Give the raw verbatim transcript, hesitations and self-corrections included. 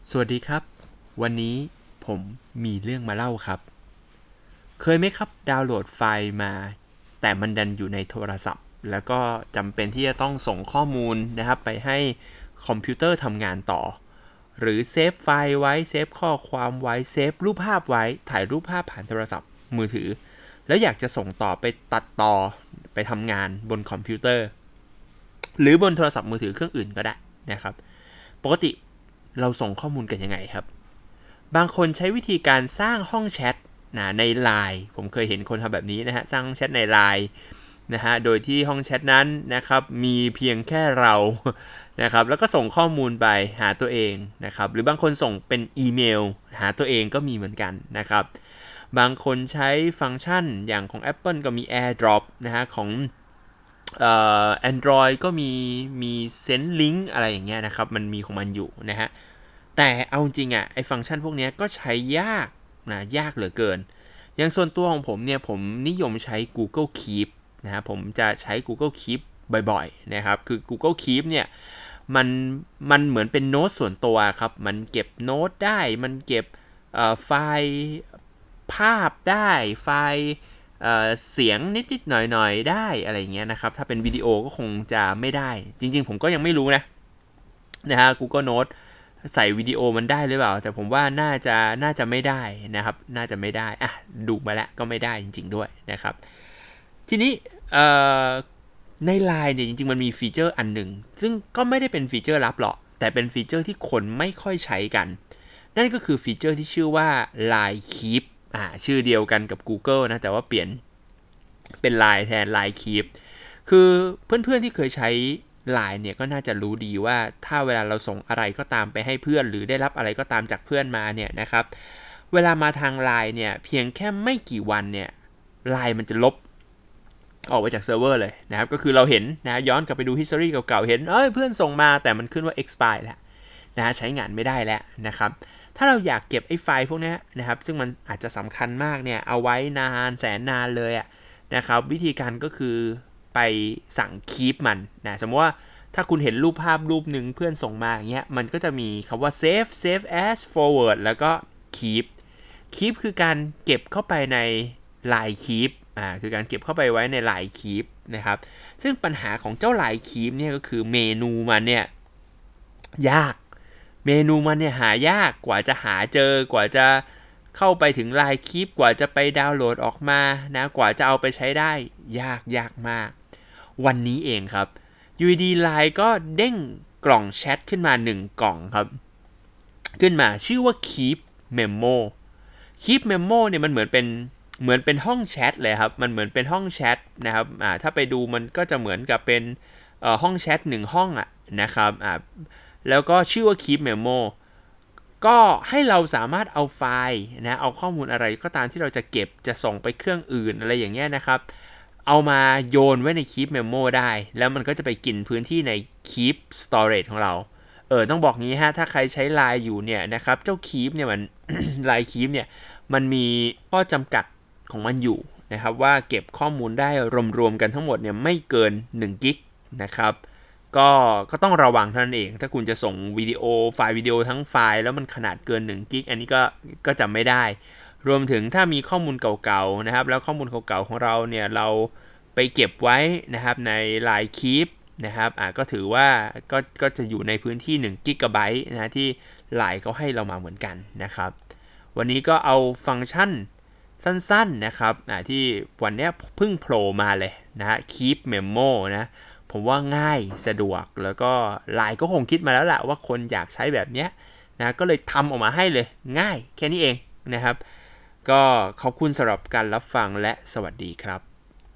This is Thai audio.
สวัสดีครับวันนี้ผมมีเรื่องมาเล่าครับเคยไหมครับดาวน์โหลดไฟล์มาแต่มันดันอยู่ในโทรศัพท์แล้วก็จำเป็นที่จะต้องส่งข้อมูลนะครับไปให้คอมพิวเตอร์ทำงานต่อหรือเซฟไฟล์ไว้เซฟข้อความไว้เซฟรูปภาพไว้ถ่ายรูปภาพผ่านโทรศัพท์มือถือแล้วอยากจะส่งต่อไปตัดต่อไปทำงานบนคอมพิวเตอร์หรือบนโทรศัพท์มือถือเครื่องอื่นก็ได้นะครับปกติเราส่งข้อมูลกันยังไงครับบางคนใช้วิธีการสร้างห้องแชทนะใน ไลน์ ผมเคยเห็นคนทำแบบนี้นะฮะสร้างห้องแชทใน ไลน์ นะฮะโดยที่ห้องแชทนั้นนะครับมีเพียงแค่เรานะครับแล้วก็ส่งข้อมูลไปหาตัวเองนะครับหรือบางคนส่งเป็นอีเมลหาตัวเองก็มีเหมือนกันนะครับบางคนใช้ฟังก์ชันอย่างของ Apple ก็มี AirDrop นะฮะของเอ่อ Android ก็มีมี Send Link อะไรอย่างเงี้ยนะครับมันมีของมันอยู่นะฮะแต่เอาจริงอ่ะไอ้ฟังก์ชันพวกนี้ก็ใช้ยากนะยากเหลือเกินอย่างส่วนตัวของผมเนี่ยผมนิยมใช้ Google Keep นะฮะผมจะใช้ Google Keep บ่อยๆนะครับคือ Google Keep เนี่ยมันมันเหมือนเป็นโน้ตส่วนตัวครับมันเก็บโน้ตได้มันเก็บไฟล์ภาพได้ไฟล์เอ่อเสียงนิดๆหน่อยๆได้อะไรเงี้ยนะครับถ้าเป็นวิดีโอก็คงจะไม่ได้จริงๆผมก็ยังไม่รู้นะนะฮะ Google Note ใส่วิดีโอมันได้หรือเปล่าแต่ผมว่าน่าจะน่าจะไม่ได้นะครับน่าจะไม่ได้อ่ะดูมาแล้วก็ไม่ได้จริงๆด้วยนะครับทีนี้ใน ไลน์ เนี่ยจริงๆมันมีฟีเจอร์อันหนึ่งซึ่งก็ไม่ได้เป็นฟีเจอร์ลับหรอกแต่เป็นฟีเจอร์ที่คนไม่ค่อยใช้กันนั่นก็คือฟีเจอร์ที่ชื่อว่า ไลน์ Keep อ่าชื่อเดียวกันกับ Google นะแต่ว่าเปลี่ยนเป็น ไลน์ แทน ไลน์ Keep คือเพื่อนๆที่เคยใช้ ไลน์ เนี่ยก็น่าจะรู้ดีว่าถ้าเวลาเราส่งอะไรก็ตามไปให้เพื่อนหรือได้รับอะไรก็ตามจากเพื่อนมาเนี่ยนะครับเวลามาทาง ไลน์ เนี่ยเพียงแค่ไม่กี่วันเนี่ย ไลน์ มันจะลบออกไปจากเซิร์ฟเวอร์เลยนะครับก็คือเราเห็นนะย้อนกลับไปดู history เก่าๆเห็นเอ้ยเพื่อนส่งมาแต่มันขึ้นว่า expire แล้วนะใช้งานไม่ได้แล้วนะครับถ้าเราอยากเก็บไอ้ไฟล์พวกนี้นะครับซึ่งมันอาจจะสำคัญมากเนี่ยเอาไว้นานแสนนานเลยอะนะครับวิธีการก็คือไปสั่ง keep มันนะสมมติว่าถ้าคุณเห็นรูปภาพรูปหนึ่งเพื่อนส่งมาอย่างเงี้ยมันก็จะมีคำว่า save save as forward แล้วก็ keep keep คือการเก็บเข้าไปใน ไลน์ Keep อ่าคือการเก็บเข้าไปไว้ใน ไลน์ Keep นะครับซึ่งปัญหาของเจ้า ไลน์ Keep เนี่ยก็คือเมนูมันเนี่ยยากเมนูมันเนี่ยหายากกว่าจะหาเจอกว่าจะเข้าไปถึง ไลน์ Keep กว่าจะไปดาวน์โหลดออกมานะกว่าจะเอาไปใช้ได้ยากยากมากวันนี้เองครับอยู่ดี ไลน์ ก็เด้งกล่องแชทขึ้นมาหนึ่งกล่องครับขึ้นมาชื่อว่า Keep Memo Keep Memo เนี่ยมันเหมือนเป็นเหมือนเป็นห้องแชทเลยครับมันเหมือนเป็นห้องแชทนะครับอ่าถ้าไปดูมันก็จะเหมือนกับเป็นเอ่อห้องแชทหนึ่งห้องอ่ะนะครับอ่าแล้วก็ชื่อว่า Keep Memo ก็ให้เราสามารถเอาไฟล์นะเอาข้อมูลอะไรก็ตามที่เราจะเก็บจะส่งไปเครื่องอื่นอะไรอย่างเงี้ยนะครับเอามาโยนไว้ใน Keep Memo ได้แล้วมันก็จะไปกินพื้นที่ใน Keep Storage ของเราเออต้องบอกงี้ฮะถ้าใครใช้ ไลน์ อยู่เนี่ยนะครับเจ้า Keep เนี่ยมัน ไลน์ Keep เนี่ยมันมีข้อจำกัดของมันอยู่นะครับว่าเก็บข้อมูลได้รวมๆกันทั้งหมดเนี่ยไม่เกินหนึ่งกิกนะครับก็ก็ต้องระวังเท่านั้นเองถ้าคุณจะส่งวิดีโอไฟล์วิดีโอทั้งไฟล์แล้วมันขนาดเกินหนึ่งกิกอันนี้ก็ก็จะไม่ได้รวมถึงถ้ามีข้อมูลเก่าๆนะครับแล้วข้อมูลเก่าๆของเราเนี่ยเราไปเก็บไว้นะครับใน ไลน์ Keep นะครับอ่ะก็ถือว่าก็ก็จะอยู่ในพื้นที่หนึ่งกิกะไบต์นะที่ ไลน์ เขาให้เรามาเหมือนกันนะครับวันนี้ก็เอาฟังก์ชันสั้นๆนะครับที่วันนี้เพิ่งโผล่มาเลยนะ Keep Memo นะผมว่าง่ายสะดวกแล้วก็ ไลน์ ก็คงคิดมาแล้วแหละว่าคนอยากใช้แบบนี้นะก็เลยทำออกมาให้เลยง่ายแค่นี้เองนะครับก็ขอบคุณสำหรับการรับฟังและสวัสดีครับ